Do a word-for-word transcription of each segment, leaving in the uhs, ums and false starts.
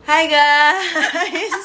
Hai guys.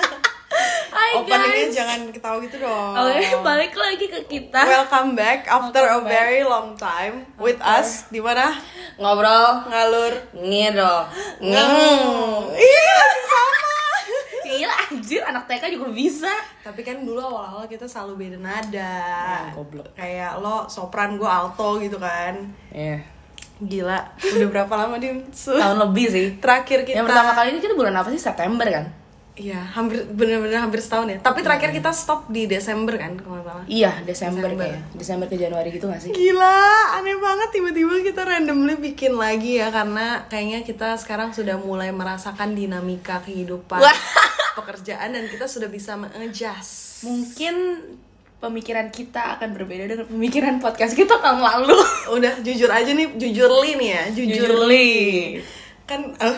Hai Openingnya guys. jangan ketawa gitu dong. Oke, balik lagi ke kita. Welcome back after Welcome a back. very long time with us. Di mana? Ngobrol Ngalur. ngidol. Ngeng. Iya, sama. Gila anjir, anak T K juga bisa. Tapi kan dulu awal-awal kita selalu beda nada. Ya, goblok. Kayak lo sopran, gue alto gitu kan. Iya. Gila, udah berapa lama Dim? Su- Tahun lebih sih. Terakhir kita. Yang pertama kali ini kita bulan apa sih? September kan? Iya, hampir bener-bener hampir setahun ya. Tapi terakhir kita stop di Desember kan, kalau nggak salah. Iya, Desember, Desember. kayaknya. Desember ke Januari gitu gak sih? Gila, aneh banget tiba-tiba kita randomly bikin lagi ya. Karena kayaknya kita sekarang sudah mulai merasakan dinamika kehidupan Wah. pekerjaan. Dan kita sudah bisa mengadjust. Mungkin pemikiran kita akan berbeda dengan pemikiran podcast kita tahun lalu. Udah jujur aja nih, jujurly nih ya. Jujurly. Kan eh.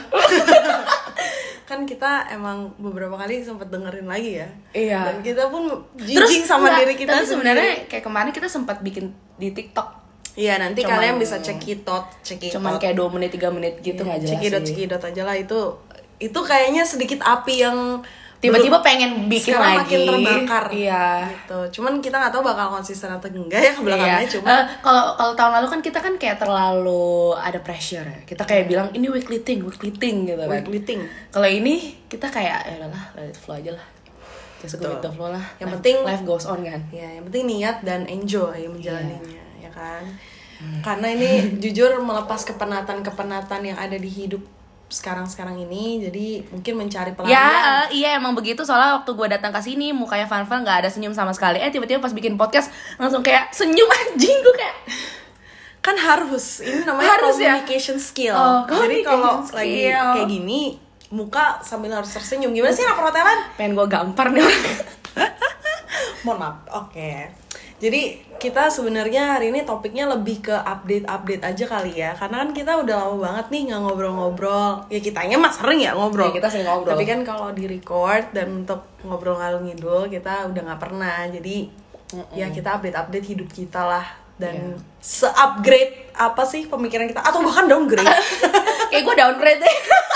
Kan kita emang beberapa kali sempat dengerin lagi ya. Iya. Dan kita pun jijik sama enggak, diri kita tapi sebenarnya sendiri. kayak kemarin kita sempat bikin di TikTok. Iya, nanti Cuman- kalian bisa cekitot, cekitot. Cuman kayak dua menit tiga menit gitu nggak jelas Cekidot, sih. cekidot aja lah itu. Itu kayaknya sedikit api yang Tiba-tiba belum- pengen bikin sekarang lagi. makin terbakar. Iya. Gitu. Cuman kita nggak tahu bakal konsisten atau enggak ya ke belakangnya. Iya. Cuma Eh, kalau kalau tahun lalu kan kita kan kayak terlalu ada pressure ya. Kita kayak bilang ini weekly thing, weekly thing gitu kan. weekly thing. Kalau ini kita kayak ya udahlah, let it flow aja lah. Just go with the flow lah. Yang Life- penting- life goes on kan. Ya, yang penting niat dan enjoy menjalaninya, ya kan. Hmm. Karena ini jujur melepas kepenatan-kepenatan yang ada di hidup sekarang-sekarang ini, jadi mungkin mencari pelarian. Ya, eh, iya emang begitu. Soalnya waktu gue datang ke sini mukanya Van-Van nggak ada senyum sama sekali. Eh tiba-tiba pas bikin podcast langsung kayak senyum anjing gue kayak. Kan harus, ini namanya Harus ya? communication skill. Oh, Jadi kalau communication lagi skill. kayak gini, muka sambil harus tersenyum. Gimana sih anak perhotelan? Pengen gue gampar nih orang. Mohon maaf. Oke. Jadi kita sebenarnya hari ini topiknya lebih ke update-update aja kali ya. Karena kan kita udah lama banget nih nggak ngobrol-ngobrol. Ya kitanya mah sering ya ngobrol. Ya, kita sering ngobrol. Tapi kan kalau di record dan untuk ngobrol ngalung ngidul kita udah nggak pernah. Jadi Mm-mm. ya kita update-update hidup kita lah. Dan Iya. se-upgrade apa sih pemikiran kita. Atau bahkan downgrade. Kayak gue downgrade deh.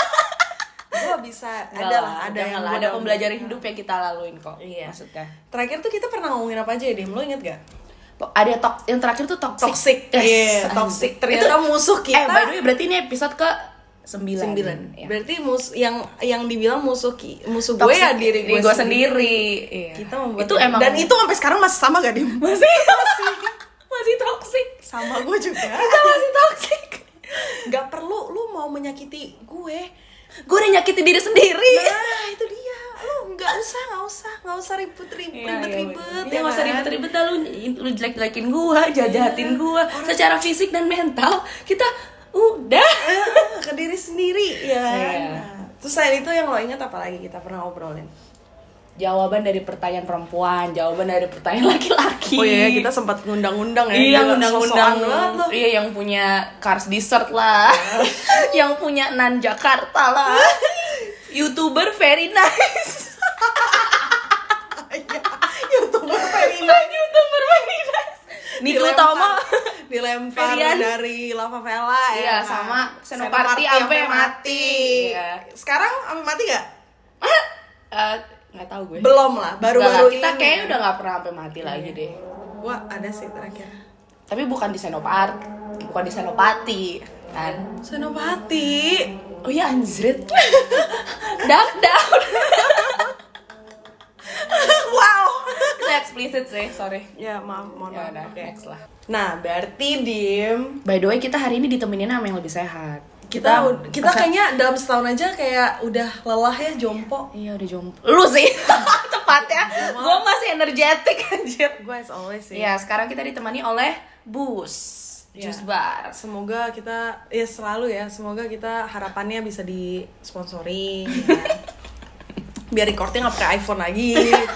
Gue bisa, Nggak ada lah, lah. Ada jangan yang lah, gua ada downgrade. pembelajaran hidup yang kita laluin kok. Iya. Maksudnya. Terakhir tuh kita pernah ngomongin apa aja ya, Dim? Lo inget gak? To- Ada tok yang terakhir tuh toxic. Toxic. Yes, Iya, anjing. toxic. Ternyata musuh kita. Eh, by the way berarti ini episode ke sembilan. Sembilan. Ya. Berarti mus yang yang dibilang musuh ki, musuh gue Toxic ya diri gue gue sendiri. Iya. Kita membuat itu emang dan itu sampai sekarang masih sama gak, Dim? masih masih masih toxic. Sama gue juga. Kita masih toxic. Gak perlu lu mau menyakiti gue. Gue udah nyakitin diri sendiri. Nah, itu dia. Lu nggak usah, nggak usah, nggak usah ribet-ribet, ribet-ribet. Ya nggak usah ribet-ribet dah, lu lu jelek-jelekin gua, jajatin gua. Secara fisik dan mental kita udah Ke diri sendiri ya kan. Iya. Nah, terus selain itu yang lo ingat apa lagi kita pernah ngobrolin? jawaban dari pertanyaan perempuan, jawaban dari pertanyaan laki-laki. Oh iya, kita sempat ngundang-undang ya. Iya, Gila, undang-undang. sosokan banget lo. Iya, yang punya Cars Dessert lah. Yang punya Nan Jakarta lah. YouTuber very nice. Iya, YouTuber very nice. YouTuber very nice. Niku Dilempar- Tomo dilempar Ferian. dari Lava Vela Iya, ya kan? sama Senopati Senopati sampai sampai mati. Iya. Sekarang sampai mati gak? Eh, nggak tahu gue. Belum lah, Nggak baru-baru lah, kita ini. kayaknya udah nggak pernah sampai mati lagi deh. Gua ada sih terakhir. Tapi bukan di Senopati, bukan di Senopati kan? Senopati. Oh iya anjrit. Dark down. Wow. Itu explicit sih, sorry. Ya maaf, mohon Ya maaf. udah, Oke. next lah. Nah, berarti Dim, By the way, kita hari ini ditemenin sama yang lebih sehat. kita kita, kita masa- kayaknya dalam setahun aja kayak udah lelah ya jompo. Iya udah jompo. Lu sih tepatnya. Gue masih energetik anjir. Gue as always sih. Iya, sekarang kita ditemani oleh Bus Ya. Juice Bar. Semoga kita ya selalu ya, semoga kita harapannya bisa disponsori ya. Biar recordnya nggak pakai iPhone lagi.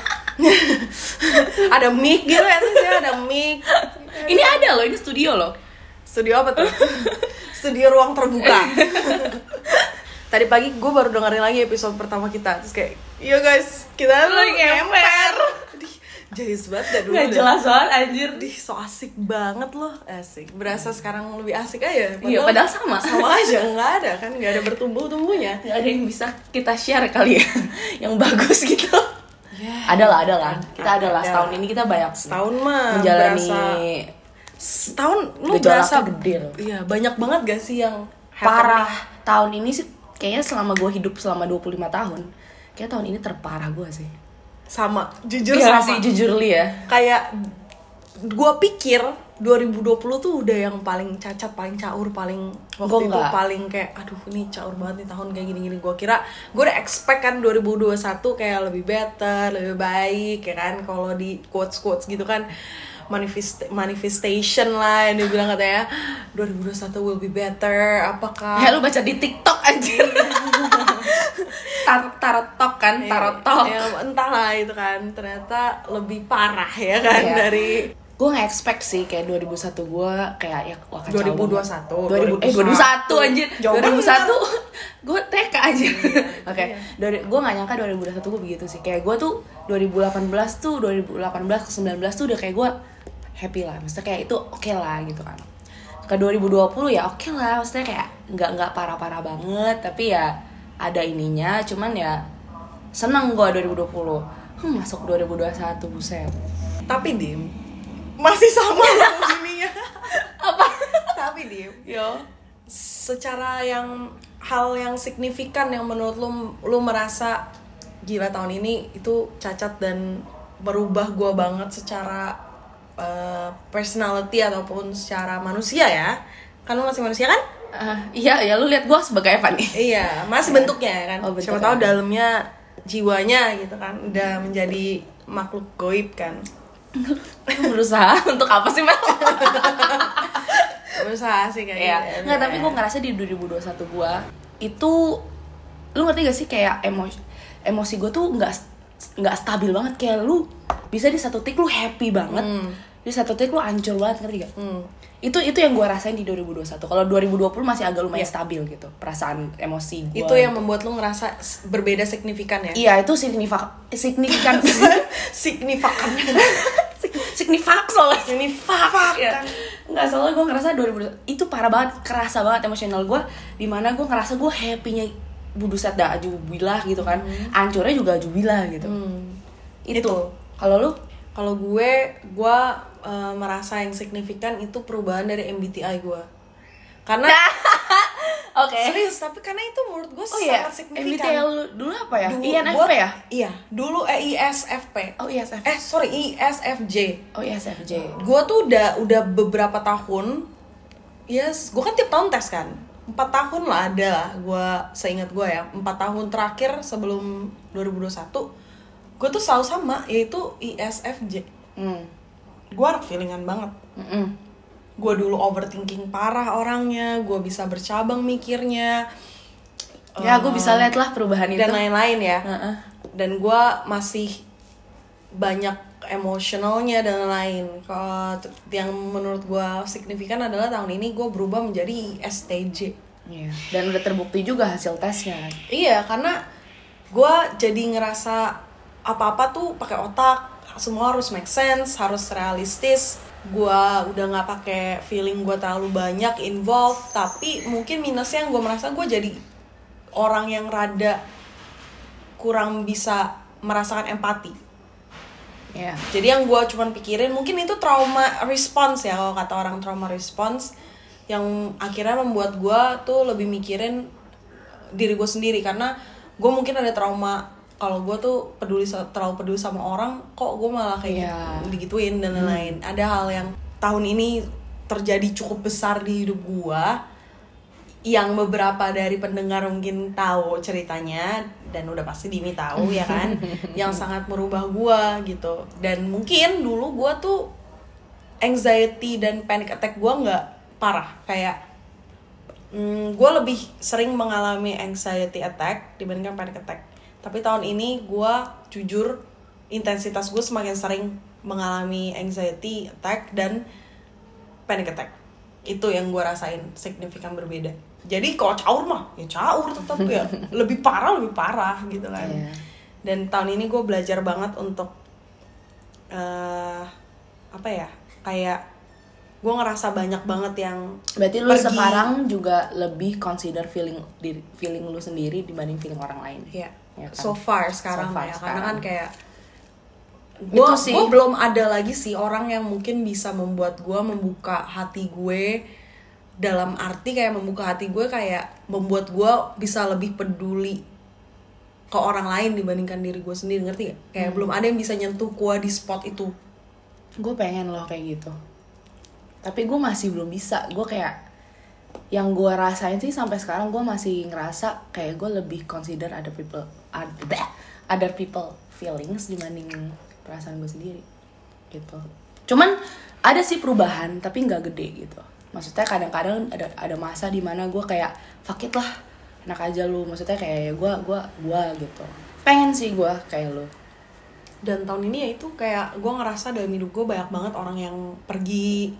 Ada mic gitu ya, sih ada mic. Ini ada loh, ini studio loh. Studio apa tuh? Studio ruang terbuka. Tadi pagi gue baru dengerin lagi episode pertama kita, terus kayak, iya guys, kita Lagi ngemper. Di- Jayus banget dah dulu. Nggak jelas banget anjir. Dih, so asik banget loh. Asik. Berasa sekarang lebih asik aja. Iya, padahal sama. Sama aja, nggak ada kan, nggak ada bertumbuh-tumbuhnya. Nggak ada yang bisa kita share kali ya, yang bagus gitu. Ya, Ada lah, ada lah. Kita ada lah. ada. Setahun ini kita banyak Setahun mah menjalani berasa- setahun lu gejolaknya berasa gede loh. Iya, banyak banget gak sih yang Parah. happening? Tahun ini sih kayaknya selama gue hidup selama dua puluh lima tahun, kayak tahun ini terparah gue sih. Sama, jujur Iya sama. sih, jujur li ya. Kayak gua pikir dua ribu dua puluh tuh udah yang paling cacat, paling caur, paling waktu Gua itu enggak. paling kayak aduh ini caur banget nih tahun kayak gini-gini. Gua kira gua udah expect kan dua ribu dua puluh satu kayak lebih better, lebih baik ya kan, kalau di quotes-quotes gitu kan manifest manifestation lah yang dibilang katanya dua ribu dua puluh satu will be better, apakah Ya lu baca di TikTok anjir. Tar tarotok kan, tarotok. ya, ya, entahlah itu kan ternyata lebih parah ya kan Iya. dari Gue gak expect sih kayak dua ribu satu gue kayak ya wah kacau dua ribu dua puluh banget. satu dua ribu eh dua ribu satu anjir. Jauh dua ribu satu banget. gue T K aja. Oke, iya. dari gue gak nyangka dua ribu dua puluh satu gue begitu sih. Kayak gue tuh dua ribu delapan belas tuh dua ribu delapan belas ke sembilan belas tuh udah kayak gue happy lah. Maksudnya kayak itu oke okay lah gitu kan. Ke dua ribu dua puluh ya oke okay lah. Maksudnya kayak nggak nggak parah-parah banget, tapi ya ada ininya. Cuman ya seneng gue dua ribu dua puluh. Hmm, masuk dua ribu dua puluh satu buset. tapi Dim masih sama loh begininya. Apa? Tapi Dim Yo. secara yang hal yang signifikan yang menurut lu lu merasa gila tahun ini itu cacat dan merubah gua banget secara uh, personality ataupun secara manusia ya, kan lu masih manusia kan? Uh, iya, ya lu lihat gue sebagai apa nih? Iya, masih bentuknya ya kan. Oh, Siapa bentuknya. tahu dalamnya jiwanya gitu kan udah menjadi makhluk goib kan. Lu berusaha untuk apa sih Mel? Berusaha sih kayaknya. Iya, nggak, tapi gue ngerasa di dua ribu dua puluh satu gue itu, lu ngerti gak sih kayak emosi emosi gue tuh nggak nggak stabil banget. Kayak lu bisa di satu titik lu happy banget, Hmm. di satu titik lu hancur banget, ngerti gak? Hmm. Itu itu yang gue rasain di dua ribu dua puluh satu. Kalau dua ribu dua puluh masih agak lumayan Iya. stabil gitu perasaan emosi gue. Itu yang membuat lu ngerasa s- berbeda signifikan ya? Iya, itu signifikan signifikan Signifikan. signifikan soalnya. Signifikan. Ya. Nggak, soalnya gue ngerasa dua ribu dua puluh itu parah banget, kerasa banget emosional gue, dimana gue ngerasa gue happynya buduset dah ajubilah gitu kan, hancurnya juga ajubilah gitu. Hmm. Itu, Itu. kalau lu Kalau gue, gue uh, merasa yang signifikan itu perubahan dari M B T I gue. Karena oke. serius, tapi karena itu menurut gue Oh iya, sangat M B T I signifikan. lu dulu apa ya? Dulu I N F P gua- ya? Iya, dulu eh, I S F P. Oh I S F. Eh sorry, I S F J. Oh I S F J. Gue tuh udah udah beberapa tahun, yes, gue kan tiap tahun tes kan, empat tahun lah ada lah, gue seingat gue ya, empat tahun terakhir sebelum dua ribu dua puluh satu, gue tuh selalu sama, yaitu I S F J. Hmm. Gue anak feelingan banget. Mm-mm. Gue dulu overthinking parah orangnya, gue bisa bercabang mikirnya, Ya gue bisa lihat lah perubahan itu. dan lain-lain ya. Heeh. Dan gue masih banyak emosionalnya dan lain. Kalau t- yang menurut gue signifikan adalah tahun ini gue berubah menjadi I S T J. Iya. Dan udah terbukti juga hasil tesnya. Iya, karena gue jadi ngerasa apa-apa tuh pakai otak, semua harus make sense, harus realistis. Gue udah nggak pakai feeling gue terlalu banyak involved, tapi mungkin minusnya yang gue merasa gue jadi orang yang rada kurang bisa merasakan empati. Iya. Jadi yang gue cuman pikirin mungkin itu trauma response ya, kalau kata orang trauma response, yang akhirnya membuat gue tuh lebih mikirin diri gue sendiri, karena gue mungkin ada trauma kalau gue tuh peduli terlalu peduli sama orang, kok gue malah kayak Iya. digituin dan lain-lain. Ada hal yang tahun ini terjadi cukup besar di hidup gue, yang beberapa dari pendengar mungkin tahu ceritanya, dan udah pasti Dimi tahu ya kan, yang sangat merubah gue gitu. Dan mungkin dulu gue tuh anxiety dan panic attack gue nggak parah, kayak hmm, gue lebih sering mengalami anxiety attack dibandingkan panic attack. Tapi tahun ini gue jujur intensitas gue semakin sering mengalami anxiety attack dan panic attack. Itu yang gue rasain signifikan berbeda. Jadi kalau caur mah ya caur tetap ya, lebih parah lebih parah gitu kan. Iya. Dan tahun ini gue belajar banget untuk uh, apa ya, kayak gue ngerasa banyak banget yang berarti lu pergi. Sekarang juga lebih consider feeling diri, feeling lu sendiri dibanding feeling orang lain. Iya. Ya kan? So far sekarang So far ya, sekarang. karena kan kayak gue sih. gue belum ada lagi sih orang yang mungkin bisa membuat gue membuka hati gue, dalam arti kayak membuka hati gue kayak membuat gue bisa lebih peduli ke orang lain dibandingkan diri gue sendiri, ngerti gak? Kayak hmm. belum ada yang bisa nyentuh gue di spot itu. Gue pengen loh kayak gitu, tapi gue masih belum bisa. Gue kayak yang gue rasain sih sampai sekarang gue masih ngerasa kayak gue lebih consider other people other, other people feelings dibanding perasaan gue sendiri gitu. Cuman ada sih perubahan tapi nggak gede gitu. Maksudnya kadang-kadang ada ada masa dimana gue kayak fuck it lah, enak aja lu. Maksudnya kayak gue gue gue gitu. Pengen sih gue kayak lu. Dan tahun ini ya itu kayak gue ngerasa dalam hidup gue banyak banget orang yang pergi,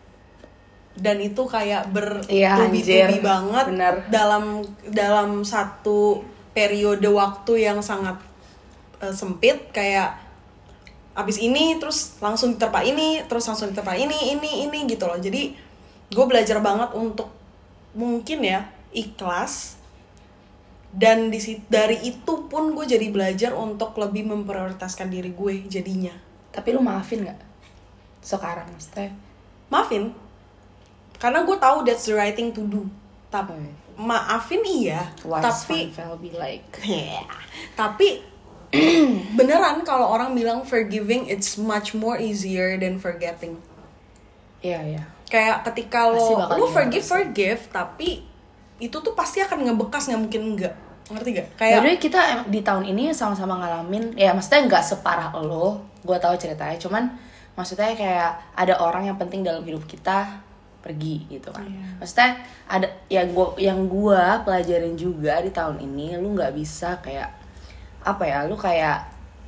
dan itu kayak bertubi-tubi iya, banget bener. dalam dalam satu periode waktu yang sangat uh, sempit. Kayak abis ini terus langsung diterpa ini, terus langsung diterpa ini ini ini gitu loh. Jadi gue belajar banget untuk mungkin ya ikhlas, dan di dari itu pun gue jadi belajar untuk lebih memprioritaskan diri gue jadinya. Tapi lu maafin nggak sekarang maksudnya? Maafin, karena gue tahu that's the right thing to do. Tapi hmm. maafin iya, Wise tapi fun be like. Yeah. Tapi beneran kalau orang bilang forgiving it's much more easier than forgetting. Iya yeah, iya. Yeah. Kayak ketika lo lo forgive sih. forgive tapi itu tuh pasti akan ngebekas, nggak mungkin enggak, ngerti gak? Kayak jadi kita di tahun ini sama-sama ngalamin, ya maksudnya nggak separah lo, gue tahu ceritanya, cuman maksudnya kayak ada orang yang penting dalam hidup kita pergi gitu kan. Yeah. Maksudnya ada yang gue yang gue pelajarin juga di tahun ini, lu nggak bisa kayak apa ya, lu kayak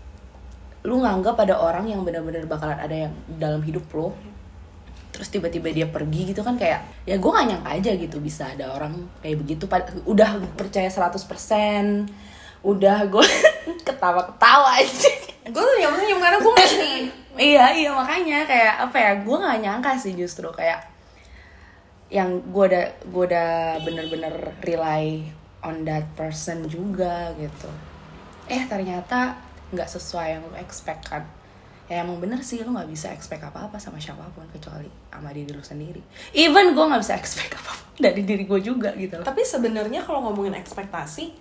lu nganggap ada orang yang benar-benar bakalan ada yang dalam hidup lo, terus tiba-tiba dia pergi gitu kan. Kayak ya gue gak nyangka aja gitu bisa ada orang kayak begitu. Udah percaya seratus persen, udah gue ketawa-ketawa aja. Gue tuh nyamuk-nyamuk karena gue ngerti. Iya iya makanya kayak apa ya, gue gak nyangka sih justru kayak yang gue udah gue udah bener-bener rely on that person juga gitu. Eh ternyata nggak sesuai yang lo expect kan. Ya emang bener sih, lu gak bisa expect apa-apa sama siapapun kecuali sama diri lu sendiri. Even gue gak bisa expect apa-apa dari diri gue juga gitu. Tapi sebenarnya kalau ngomongin ekspektasi,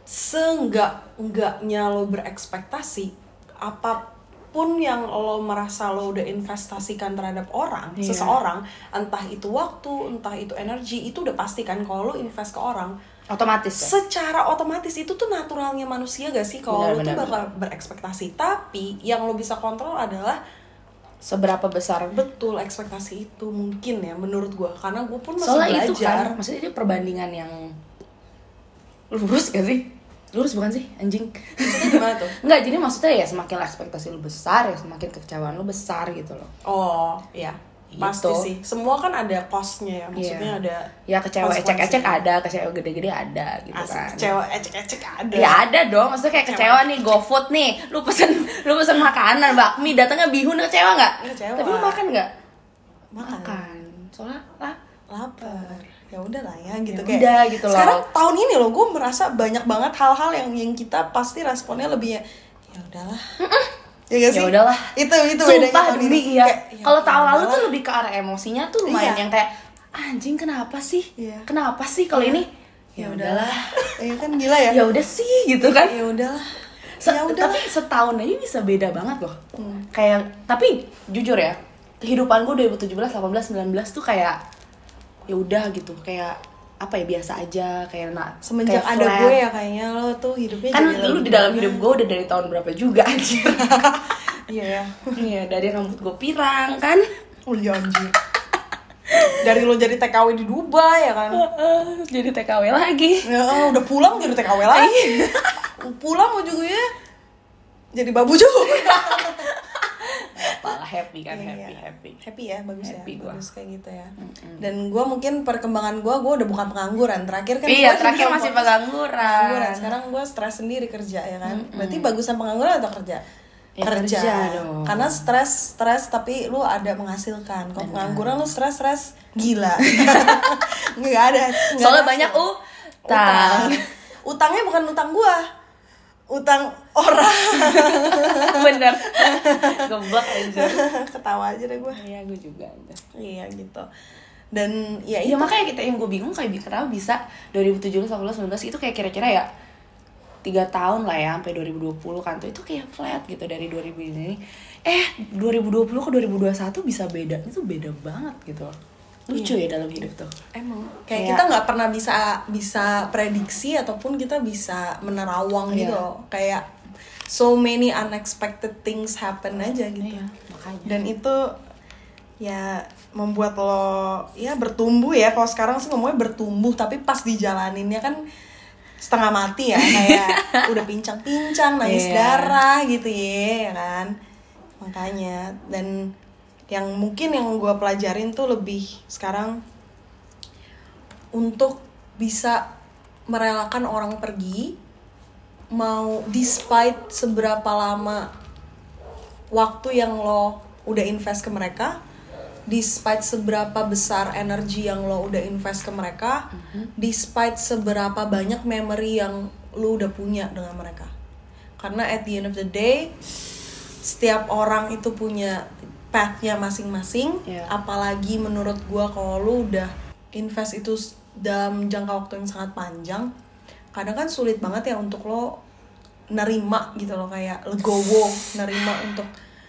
seenggak-enggaknya lo berekspektasi, apapun yang lo merasa lo udah investasikan terhadap orang, yeah. seseorang, entah itu waktu, entah itu energi, itu udah pasti kan kalau lo invest ke orang, otomatis ya? Secara otomatis itu tuh naturalnya manusia gak sih kalau lo tuh bakal berekspektasi. Tapi yang lo bisa kontrol adalah seberapa besar betul ekspektasi itu mungkin ya menurut gue. Karena gue pun masih soalnya belajar. Itu kan, maksudnya itu perbandingan yang lurus gak sih? Lurus bukan sih anjing? Gimana tuh? Enggak, jadi maksudnya ya semakin ekspektasi lo besar ya semakin kekecewaan lo besar gitu loh. Oh iya gitu. Pasti sih, semua kan ada cost-nya ya, maksudnya yeah. ada ya kecewa ecek-ecek ada, kecewa gede-gede ada gitu. Asik, kan kecewa ecek-ecek ada ya ada dong, maksudnya kayak kecewa, kecewa nih GoFood nih, lu pesen lu pesen makanan bakmi datangnya bihun, kecewa nggak? Kecewa. Tapi lu makan nggak? Makan. makan soalnya lah lapar, ya udah lah ya gitu. Ya kayak udah gitu loh. Sekarang tahun ini loh gue merasa banyak banget hal-hal yang yang kita pasti responnya lebih ya ya udahlah. Ya ya udahlah. Itu itu bedanya sumpah demi ya. ya Kalau tahun lalu tuh lebih ke arah emosinya tuh lumayan iya. yang kayak anjing kenapa sih? Iya. Kenapa sih kalau iya. ini? Ya udahlah. Ya kan gila ya. Ya udah sih gitu kan. Ya udahlah. Se- ya tapi setahun aja bisa beda banget loh. Hmm. Kayak tapi jujur ya, kehidupan gue dua ribu tujuh belas, delapan belas, sembilan belas tuh kayak ya udah gitu, kayak apa ya biasa aja, kayak nak semenjak kayak ada gue ya kayaknya lo tuh hidupnya kan jadi lu di dalam hidup gue udah dari tahun berapa juga aja. Iya ya. Iya, dari rambut gue pirang kan. Oh iya anjir. Dari lo jadi T K W di Dubai ya kan. Jadi T K W lagi. Ya, udah pulang jadi T K W lagi. Pulang ujungnya jadi babu juga. Malah happy kan, ya, happy ya. happy. Happy ya, bagus happy ya. Gua. Bagus kayak gitu ya. Mm-mm. Dan gue mungkin perkembangan gue, gue udah bukan pengangguran. Terakhir kan iya, gua terakhir masih pengangguran. pengangguran. Sekarang gue stres sendiri kerja ya kan. Mm-mm. Berarti bagusan pengangguran atau kerja? Ya, kerja, kerja dong. karena stres stres tapi lu ada menghasilkan. Kalau pengangguran lu stres stres gila. nggak ada nggak Soalnya ada banyak hasil. utang. Utangnya bukan utang gua, utang orang. Bener. Goblok aja. Ketawa aja deh gua. Iya, gue juga aja. Iya gitu. Dan ya Ya itu makanya kita yang gue bingung kayak kenapa bisa dua ribu tujuh belas, delapan belas, sembilan belas itu kayak kira-kira ya tiga tahun lah ya sampai dua ribu dua puluh kan tuh itu kayak flat gitu dari dua ribu ini. Eh dua ribu dua puluh ke dua ribu dua puluh satu bisa beda. Itu beda banget gitu loh. Lucu iya. ya dalam hidup tuh. emang kayak, Kayak- kita nggak pernah bisa bisa prediksi ataupun kita bisa menerawang gitu Iya. loh. Kayak so many unexpected things happen aja gitu. Iya, makanya. Dan itu ya membuat lo ya bertumbuh ya. Kalau sekarang sih ngomongnya bertumbuh, tapi pas dijalaninnya kan setengah mati ya, kayak udah pincang-pincang, nangis Iya. darah gitu ya, ya kan. Makanya, dan yang mungkin yang gue pelajarin tuh lebih sekarang untuk bisa merelakan orang pergi, mau despite seberapa lama waktu yang lo udah invest ke mereka, despite seberapa besar energi yang lo udah invest ke mereka, mm-hmm. despite seberapa banyak memory yang lo udah punya dengan mereka. Karena at the end of the day, setiap orang itu punya path-nya masing-masing. Yeah. Apalagi menurut gue kalau lo udah invest itu dalam jangka waktu yang sangat panjang, kadang kan sulit banget ya untuk lo nerima gitu loh, kayak legowo, nerima untuk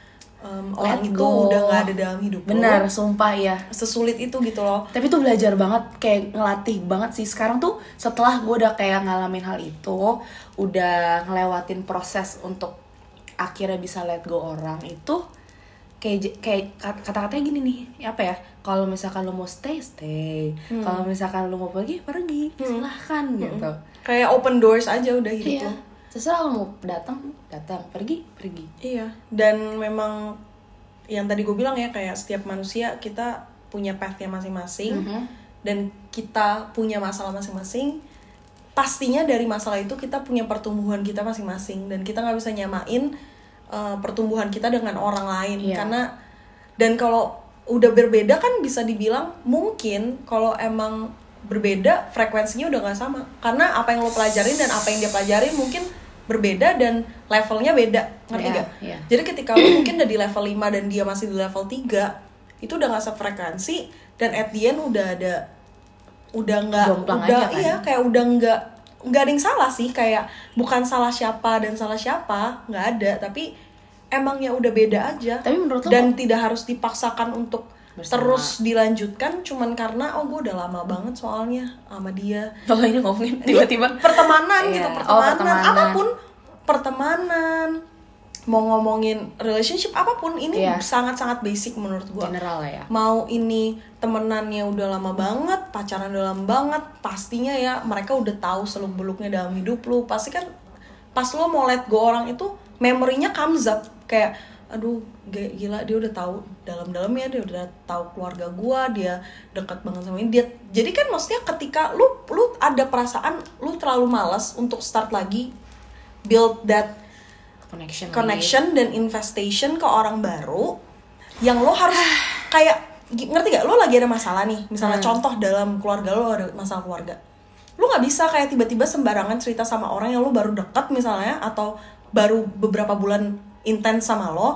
Um, orang Let itu go. udah gak ada dalam hidup Benar, lo. sumpah ya. Sesulit itu gitu loh. Tapi tuh belajar banget, kayak ngelatih banget sih. Sekarang tuh setelah gue udah kayak ngalamin hal itu, udah ngelewatin proses untuk akhirnya bisa let go orang itu, kayak kayak kata-katanya gini nih, apa ya? Kalau misalkan lo mau stay, stay. Hmm. Kalau misalkan lo mau pergi, pergi. Silahkan hmm. gitu. Kayak open doors aja udah hidup iya. lo. Terserah lo mau datang, datang, pergi, pergi. Iya. Dan memang yang tadi gue bilang ya, kayak setiap manusia kita punya path-nya masing-masing, mm-hmm. dan kita punya masalah masing-masing. Pastinya dari masalah itu kita punya pertumbuhan kita masing-masing, dan kita nggak bisa nyamain uh, pertumbuhan kita dengan orang lain. Iya. Karena dan kalau udah berbeda kan bisa dibilang mungkin kalau emang berbeda frekuensinya udah nggak sama, karena apa yang lo pelajarin dan apa yang dia pelajarin mungkin berbeda dan levelnya beda, ngerti yeah, gak? Yeah. Jadi ketika lo mungkin udah di level lima dan dia masih di level tiga, itu udah gak sefrekuensi, dan at the end udah ada udah gak, Jomplang udah aja, kan? iya kayak udah gak, gak ada yang salah sih, kayak bukan salah siapa dan salah siapa, gak ada, tapi emang ya udah beda aja. Tapi menurut lo, dan tidak harus dipaksakan untuk bersama. Terus dilanjutkan cuman karena oh gue udah lama banget soalnya sama dia. Kalau ini ngomongin tiba-tiba pertemanan gitu, yeah. pertemanan, oh, pertemanan apapun pertemanan, mau ngomongin relationship apapun, ini yeah. sangat-sangat basic menurut gue. General lah ya. Mau ini temenannya udah lama banget, pacaran udah lama banget, pastinya ya mereka udah tahu seluk-beluknya dalam hidup lu. Pasti kan pas lo mau let go orang itu, memorinya comes up, kayak aduh gila dia udah tahu dalam-dalamnya, dia udah tahu keluarga gua, dia dekat banget sama ini dia. Jadi kan maksudnya ketika lu lu ada perasaan lu terlalu malas untuk start lagi build that connection connection dan investation ke orang baru, yang lo harus kayak ngerti gak, lo lagi ada masalah nih misalnya, hmm. contoh dalam keluarga lo ada masalah keluarga, lo nggak bisa kayak tiba-tiba sembarangan cerita sama orang yang lo baru dekat misalnya, atau baru beberapa bulan intens sama lo,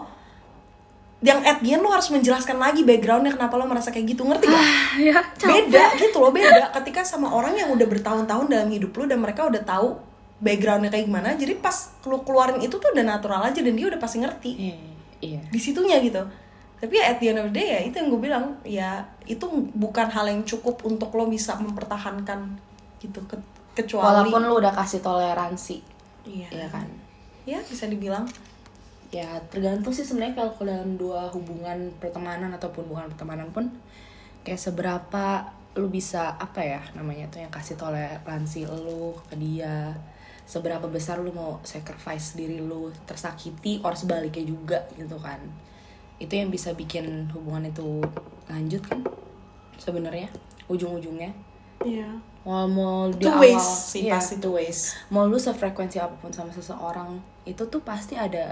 yang at the end lo harus menjelaskan lagi backgroundnya kenapa lo merasa kayak gitu, ngerti gak? Ah, ya, beda gitu loh, beda ketika sama orang yang udah bertahun-tahun dalam hidup lo dan mereka udah tahu backgroundnya kayak gimana, jadi pas lo keluarin itu tuh udah natural aja dan dia udah pasti ngerti. Iya, iya. Di situnya gitu. Tapi at the end of the day ya itu yang gue bilang, ya itu bukan hal yang cukup untuk lo bisa mempertahankan gitu, ke- kecuali walaupun lo udah kasih toleransi. Iya. Iya kan? Ya bisa dibilang. Ya tergantung sih sebenarnya kalau dalam dua hubungan pertemanan ataupun bukan pertemanan pun, kayak seberapa lu bisa apa ya namanya tuh yang kasih toleransi lu ke dia, seberapa besar lu mau sacrifice diri lu, tersakiti or sebaliknya juga gitu kan. Itu yang bisa bikin hubungan itu lanjut kan sebenarnya ujung-ujungnya. Iya. Mau mau di two awal ways sih, iya, pasti two ways. mau lu sefrekuensi apapun sama seseorang itu tuh pasti ada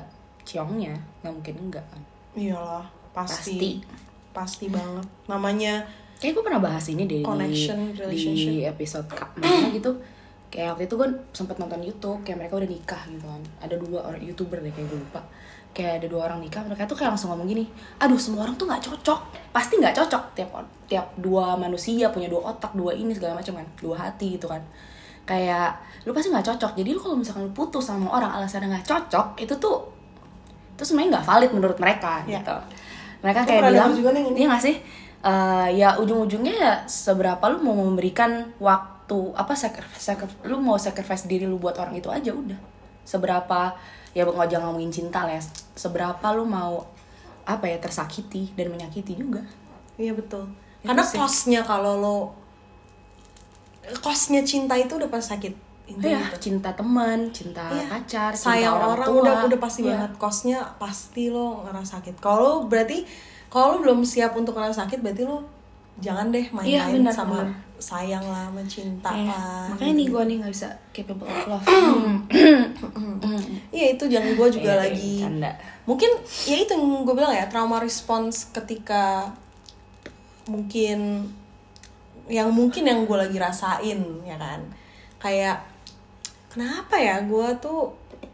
ciongnya, nggak mungkin enggak kan. Iyalah, pasti. Pasti. Pasti banget. Namanya Kayak gue pernah bahas ini deh connection, di, relationship. di episode Kak mana gitu. Kayak waktu itu gue sempet nonton YouTube, kayak mereka udah nikah gitu kan. Ada dua orang YouTuber deh, kayak gue lupa. Kayak ada dua orang nikah, mereka tuh kayak langsung ngomong gini, aduh semua orang tuh nggak cocok, pasti nggak cocok. Tiap tiap dua manusia punya dua otak, dua ini segala macam kan, dua hati gitu kan. Kayak lu pasti nggak cocok. Jadi lu kalau misalkan lu putus sama orang alasannya nggak cocok, itu tuh itu sebenarnya nggak valid menurut mereka Ya. gitu. Mereka Lu kayak pernah bilang, denger juga nih ini? iya nggak sih? Uh, ya ujung-ujungnya ya seberapa lu mau memberikan waktu apa sacrifice, sacrifice lu mau sacrifice diri lu buat orang itu aja udah. Seberapa ya nggak jangan ngomongin cinta lah, seberapa lu mau apa ya tersakiti dan menyakiti juga. Iya betul. Itu Karena sih. costnya kalau lo costnya cinta itu udah pasti sakit. Intinya Iya, gitu. cinta teman, cinta Iya. pacar, cinta Sayang orang, orang, tua. udah udah pasti Iya. banget. Costnya pasti lo ngerasa sakit. Kalau berarti kalau lo belum siap untuk ngerasa sakit, berarti lo jangan deh main-main Iya, benar, sama benar. sayang lah, sama cinta Iya. lah. Makanya gitu. nih gue nih nggak bisa capable of love. Iya itu jangan gue juga Iya, lagi. canda. Mungkin ya itu yang gue bilang ya, trauma response ketika mungkin yang mungkin yang gue lagi rasain ya kan. Kayak kenapa ya gue tuh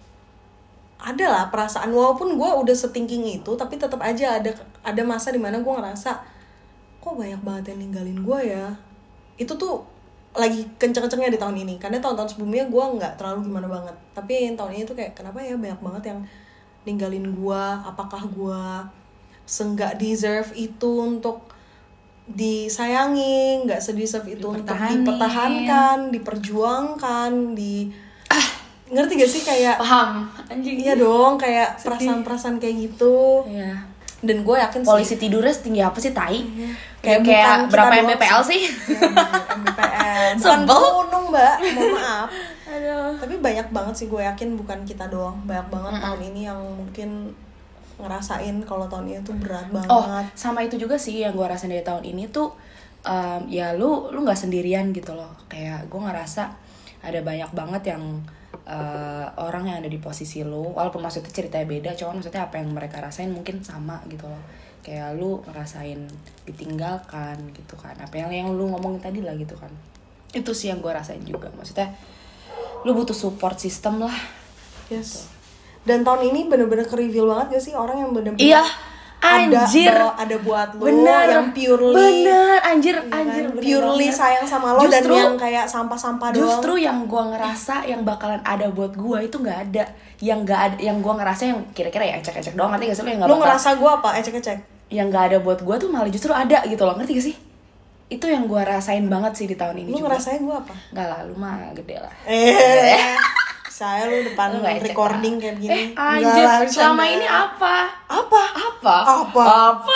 ada lah perasaan, walaupun gue udah setingking itu tapi tetap aja ada ada masa dimana gue ngerasa kok banyak banget yang ninggalin gue ya. Itu tuh lagi kenceng-kencengnya di tahun ini, karena tahun-tahun sebelumnya gue nggak terlalu gimana banget, tapi yang tahun ini tuh kayak kenapa ya banyak banget yang ninggalin gue. Apakah gue senggak deserve itu untuk disayangi, nggak sedeserve itu untuk Dipertahanin. dipertahankan, diperjuangkan, di ah, ngerti gak sih kayak Paham, anjing. iya dong, kayak Sedih. perasaan-perasaan kayak gitu. Iya. Dan gue yakin Polisi sih tidurnya setinggi apa sih tai? Kayak Kayak, bukan kayak kita berapa doang M P P L sih? ya, M P P L bukan Sebel. gunung mbak, mohon maaf. Aduh. Tapi banyak banget sih, gue yakin bukan kita doang, banyak banget tahun ini yang mungkin ngerasain kalau tahun ini tuh berat banget. Oh, sama itu juga sih yang gue rasain dari tahun ini tuh, um, ya lu lu nggak sendirian gitu loh. Kayak gue ngerasa ada banyak banget yang uh, orang yang ada di posisi lu, walaupun maksudnya ceritanya beda, cuman maksudnya apa yang mereka rasain mungkin sama gitu loh. Kayak lu ngerasain ditinggalkan gitu kan, apa yang yang lu ngomongin tadi lah gitu kan. Itu sih yang gue rasain juga, maksudnya lu butuh support system lah. Yes. Dan tahun ini bener-bener ke-reveal banget gak sih orang yang bener-bener Iya, ada anjir. ada, ada buat lo, Bener, yang purely bener, anjir, iya kan? anjir, bener purely banget. sayang sama lo, Justru- dan yang kayak sampah-sampah doang. Justru yang gue ngerasa yang bakalan ada buat gue itu nggak ada, yang nggak ada, yang gue ngerasa yang kira-kira ya ecek-ecek doang, ngerti gak sih lo yang nggak Lo bakal, ngerasa gue apa? Ecek-ecek. yang nggak ada buat gue tuh malah justru ada gitu loh, ngerti gak sih? Itu yang gue rasain banget sih di tahun ini Lo juga. ngerasain gue apa? Nggak lah, lu mah gede lah. Eh, saya lu depan Lu nggak ecek recording lah. kayak gini. Eh Enggak anjir, lah, selama bercanda. ini apa? Apa? Apa? Apa? Apa?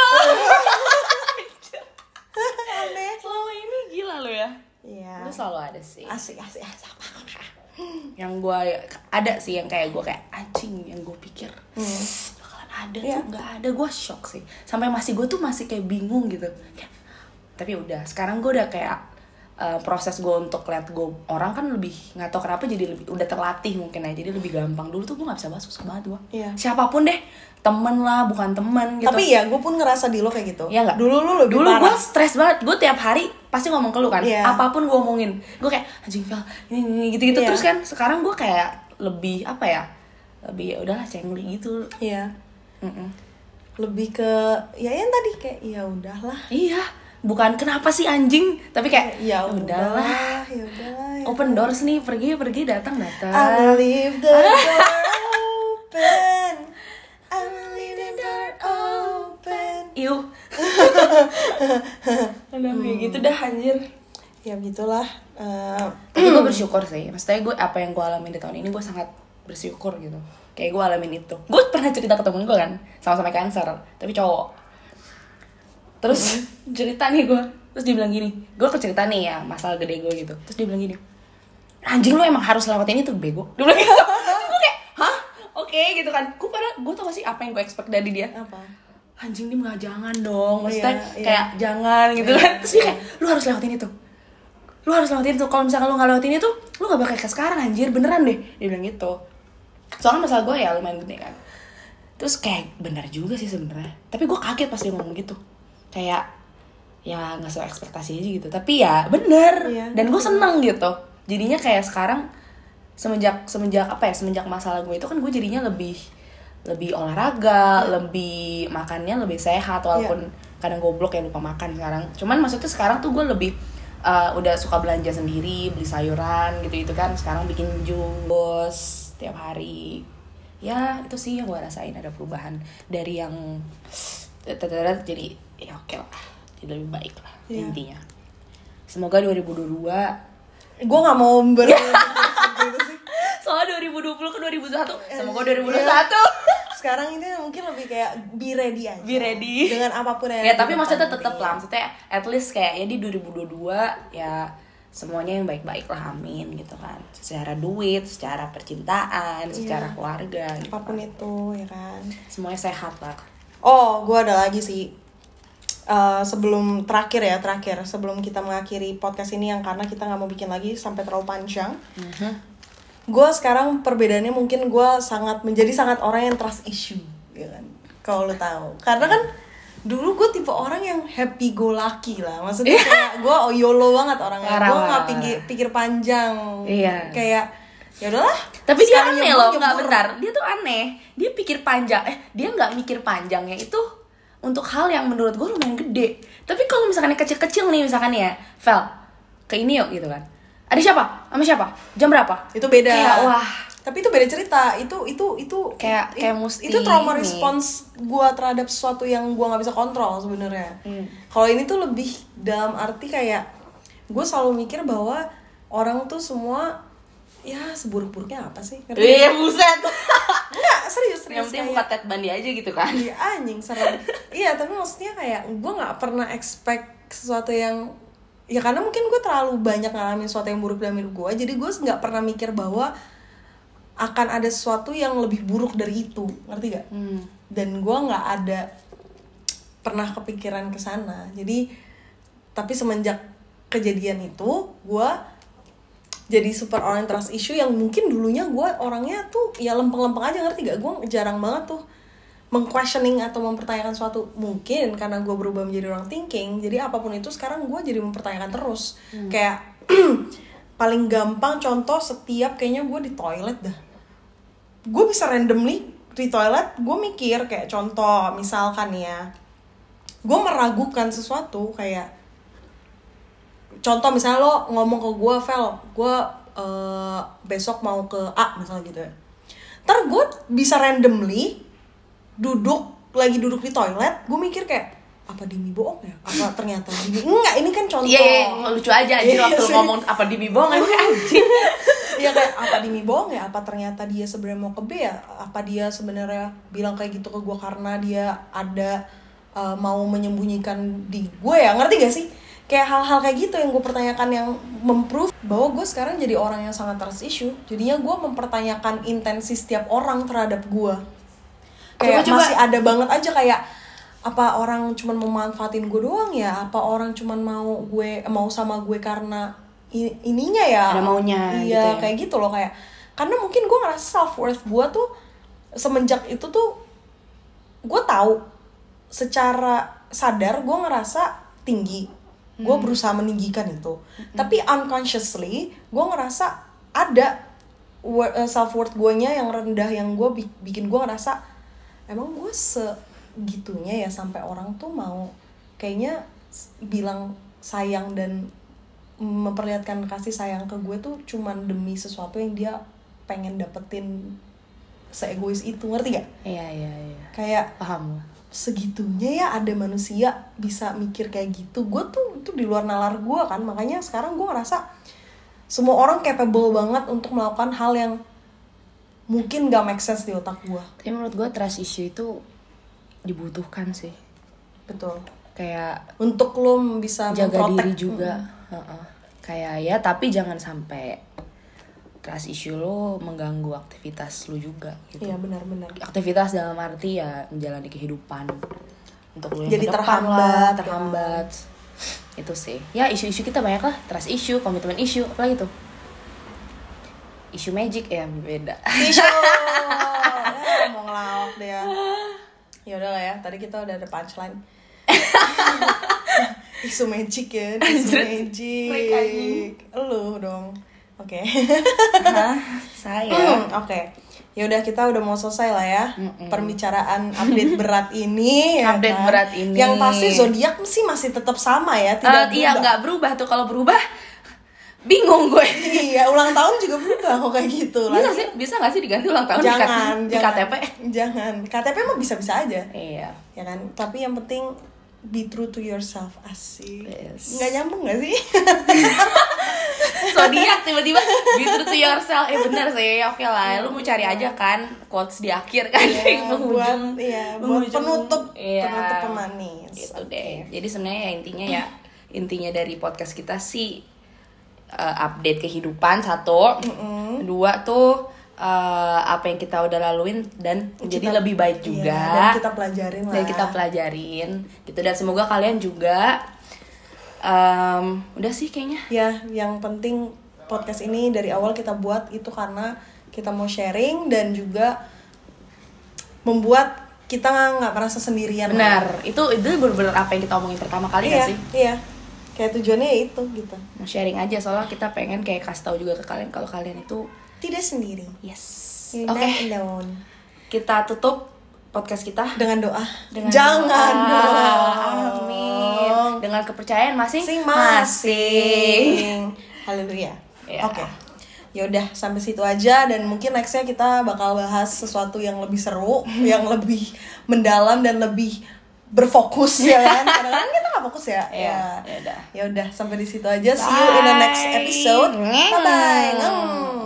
Aneh. Selama ini gila lo ya. Iya. Lu selalu ada sih. Asik, asik, asik. Yang gue ada sih yang kayak gue kayak anjing, yang gue pikir Hmm. bakalan ada Iya. tuh nggak ada. Gue shock sih, sampai masih gue tuh masih kayak bingung gitu kayak, tapi udah sekarang gue udah kayak uh, proses gue untuk lihat gue orang kan lebih nggak tahu kenapa jadi lebih udah terlatih mungkin aja, jadi lebih gampang. Dulu tuh gue nggak bisa bahas susah banget gue. Iya. Siapapun deh, temen lah bukan temen gitu. Tapi ya gue pun ngerasa di lo kayak gitu. Iya nggak? Dulu lu lebih Dulu gue parah. stres banget. Gue tiap hari pasti ngomong ke lu kan. Iya. Apapun gue omongin. Gue kayak anjing Vel, ini, ini gitu-gitu Iya. terus kan. Sekarang gue kayak lebih apa ya? Lebih ya udahlah cengli gitu. Iya. Mm-mm. Lebih ke ya yang tadi kayak ya udahlah. Iya. Bukan kenapa sih anjing, tapi kayak Ya udahlah. udahlah, ya udahlah. Ya Open doors nih, pergi pergi datang datang. I leave the door open. I leave the door open. Iu. Aduh kayak gitu dah anjir. Ya begitulah. Eh, Tapi gue bersyukur sih. Maksudnya gue apa yang gue alamin di tahun ini gue sangat bersyukur gitu. Kayak gue alamin itu. Gue pernah cerita ke temen gue kan, sama-sama cancer, tapi cowok. Terus cerita nih gue, terus dia bilang gini, gue ke cerita nih ya masalah gede gue gitu. Terus dia bilang gini, anjing lu emang harus lewatin itu bego. Dia bilang gitu. Gue kayak, hah? Oke gitu kan. Gue pada gue tau gak sih apa yang gue expect dari dia? apa? Anjing dia nggak jangan dong, maksudnya Iya, iya. kayak jangan gitu kan. Terus dia kayak, lu harus lewatin itu, lu harus lewatin itu. Kalau misalkan lu nggak lewatin itu, lu nggak bakal kayak sekarang anjir, beneran deh. Dia bilang gitu. Soalnya masalah gue ya lumayan gede kan. Terus kayak benar juga sih sebenarnya, tapi gue kaget pas dia ngomong gitu, kayak ya nggak sesuai ekspektasi aja gitu, tapi ya bener. Iya, dan gue seneng gitu jadinya. Kayak sekarang semenjak semenjak apa ya semenjak masalah gue itu kan gue jadinya lebih lebih olahraga, yeah. lebih makannya lebih sehat, walaupun yeah. kadang goblok ya lupa makan sekarang. Cuman maksudnya sekarang tuh gue lebih uh, udah suka belanja sendiri, beli sayuran gitu-gitu kan. Sekarang bikin jus tiap hari. Ya itu sih yang gue rasain, ada perubahan dari yang jadi ya oke lah, jadi lebih baik lah yeah. intinya. Semoga dua ribu dua puluh dua gue nggak mau ber soalnya dua ribu dua puluh ke dua ribu dua puluh satu semoga dua ribu dua puluh satu sekarang ini mungkin lebih kayak be ready aja, be ready dengan apapun yang ya. Tapi maksudnya tetap lah, maksudnya at least kayak ya di dua ribu dua puluh dua ya semuanya yang baik-baik lah, amin gitu kan. Secara duit, secara percintaan, yeah. secara keluarga gitu apapun kan. Itu ya kan semuanya sehat lah. Oh gue ada lagi sih. Uh, sebelum terakhir ya terakhir sebelum kita mengakhiri podcast ini, yang karena kita nggak mau bikin lagi sampai terlalu panjang. Mm-hmm. Gue sekarang perbedaannya mungkin gue sangat menjadi sangat orang yang trust issue, ya kan? Kalau lo tahu, karena kan dulu gue tipe orang yang happy go lucky lah, maksudnya kayak gue oh YOLO banget orangnya, gue nggak pikir pikir panjang, iya. kayak ya udahlah. Tapi dia aneh loh, nggak bentar, dia tuh aneh, dia pikir panjang, eh dia nggak mikir panjangnya itu untuk hal yang menurut gue lumayan gede. Tapi kalau misalkan yang kecil-kecil nih, misalkan ya, Vel, ke ini yuk gitu kan. Ada siapa? Sama siapa? Jam berapa? Itu beda. Kayak, wah. Tapi itu beda cerita. Itu itu itu kayak it, kayak mesti itu trauma response gue terhadap sesuatu yang gue nggak bisa kontrol sebenarnya. Hmm. Kalau ini tuh lebih dalam arti kayak gue selalu mikir bahwa orang tuh semua ya seburuk-buruknya apa sih? Iya buset. Enggak, serius serius. Yang penting buka Ted Bundy aja gitu kan. Iya anjing serem. Iya tapi maksudnya kayak gue nggak pernah expect sesuatu yang ya karena mungkin gue terlalu banyak ngalamin sesuatu yang buruk dalam hidup gue, jadi gue nggak pernah mikir bahwa akan ada sesuatu yang lebih buruk dari itu, ngerti gak? Hmm. Dan gue nggak ada pernah kepikiran ke sana. Jadi tapi semenjak kejadian itu gue jadi super orang trust issue yang mungkin dulunya gue orangnya tuh ya lempeng-lempeng aja, ngerti gak? Gue jarang banget tuh meng-questioning atau mempertanyakan suatu, mungkin karena gue berubah menjadi orang thinking, jadi apapun itu sekarang gue jadi mempertanyakan terus. hmm. Kayak paling gampang contoh, setiap kayaknya gue di toilet dah, gue bisa randomly di toilet gue mikir kayak contoh misalkan ya, gue meragukan sesuatu kayak contoh misalnya lo ngomong ke gue, Vel, gue uh, besok mau ke A misalnya gitu ya. Ntar gue bisa randomly duduk, lagi duduk di toilet, gue mikir kayak, apa Dimi bohong ya? Apa ternyata Dimi? Enggak, ini kan contoh. Iya, yeah, yeah, lucu aja anjir waktu lo ngomong apa Dimi bohong kan anjir. Iya kayak, apa Dimi bohong ya? Apa ternyata dia sebenarnya mau ke B ya? Apa dia sebenarnya bilang kayak gitu ke gue karena dia ada uh, mau menyembunyikan di gue ya? Ngerti gak sih? Kayak hal-hal kayak gitu yang gue pertanyakan, yang memprove bahwa gue sekarang jadi orang yang sangat trust issue. Jadinya gue mempertanyakan intensi setiap orang terhadap gue. Kayak coba, masih coba. Ada banget aja kayak, apa orang cuman memanfaatin gue doang ya? Apa orang cuman mau gue mau sama gue karena ininya ya? Ada maunya. Iya gitu ya? Kayak gitu loh, kayak karena mungkin gue ngerasa self worth gue tuh semenjak itu tuh gue tahu secara sadar gue ngerasa tinggi. Gue hmm. berusaha meninggikan itu, hmm. tapi unconsciously gue ngerasa ada self worth gue nya yang rendah, yang gue bikin gue ngerasa emang gue segitunya ya sampai orang tuh mau kayaknya bilang sayang dan memperlihatkan kasih sayang ke gue tuh cuman demi sesuatu yang dia pengen dapetin, seegois itu, ngerti gak? Iya iya iya. Kayak paham. Segitunya ya ada manusia bisa mikir kayak gitu. Gue tuh itu di luar nalar gue kan. Makanya sekarang gue ngerasa semua orang capable banget untuk melakukan hal yang mungkin gak make sense di otak gue. Tapi menurut gue trust issue itu dibutuhkan sih. Betul. Kayak untuk lo bisa jaga memprotek diri juga. hmm. uh-uh. Kayak ya tapi jangan sampai trust issue lo mengganggu aktivitas lo juga gitu. Iya benar-benar. Aktivitas dalam arti ya menjalani kehidupan untuk lo yang jadi kedepan terhambat, lah, terhambat. Ya. Itu sih. Ya isu-isu kita banyak lah, trust issue, komitmen issue, apa gitu. Isu magic ya beda. Isu. Mau ngelawak dia. Ya udah lah ya, tadi kita udah ada punchline. Isu magic ya, isu magic. Lu dong. Oke. Hah? Saya. Oke. Ya udah kita udah mau selesai lah ya. Mm-mm. Perbicaraan update berat ini. Update ya kan? berat ini. Yang pasti zodiak sih masih tetap sama ya, tidak uh, iya nggak berubah tuh. Kalau berubah bingung gue. Iya, ulang tahun juga berubah kok kayak gitu. Bisa sih, bisa nggak sih diganti ulang tahun jangan, di, jangan, di K T P? Jangan, K T P mah bisa-bisa aja. Iya. Ya kan, tapi yang penting be true to yourself. Asik. Yes. Nggak nyambung nggak sih? Zodiak tiba-tiba be true to yourself. Eh benar sih, oke lah. Lu mau cari aja kan quotes di akhir kan, ya, penghujung, buat, iya, buat penutup, iya. penutup pemanis. Gitu okay. deh. Jadi sebenarnya ya intinya ya intinya dari podcast kita sih uh, update kehidupan satu, Mm-mm. dua tuh uh, apa yang kita udah laluin dan kita, jadi lebih baik juga. Iya, dan kita pelajarin lah. Dan kita pelajarin gitu, dan semoga kalian juga um, udah sih kayaknya. Ya, yang penting podcast ini dari awal kita buat itu karena kita mau sharing dan juga membuat kita nggak merasa sendirian. Benar, itu itu benar-benar apa yang kita omongin pertama kali iya, gak sih? Iya, kayak tujuannya ya itu gitu. Mau sharing aja, soalnya kita pengen kayak kasih tahu juga ke kalian kalau kalian itu tidak sendiri. yes. You're Oke, not alone. kita tutup podcast kita Dengan doa. dengan Jangan doa. dong. Amin. Dengan kepercayaan masing-masing. Masing-masing. Haleluya. Ya. Oke. Ya udah sampai situ aja, dan mungkin nextnya kita bakal bahas sesuatu yang lebih seru, yang lebih mendalam dan lebih berfokus ya kan. Kadang-kadang kita nggak fokus ya. Ya, ya udah. Ya udah sampai di situ aja. See you in the next episode. Bye bye.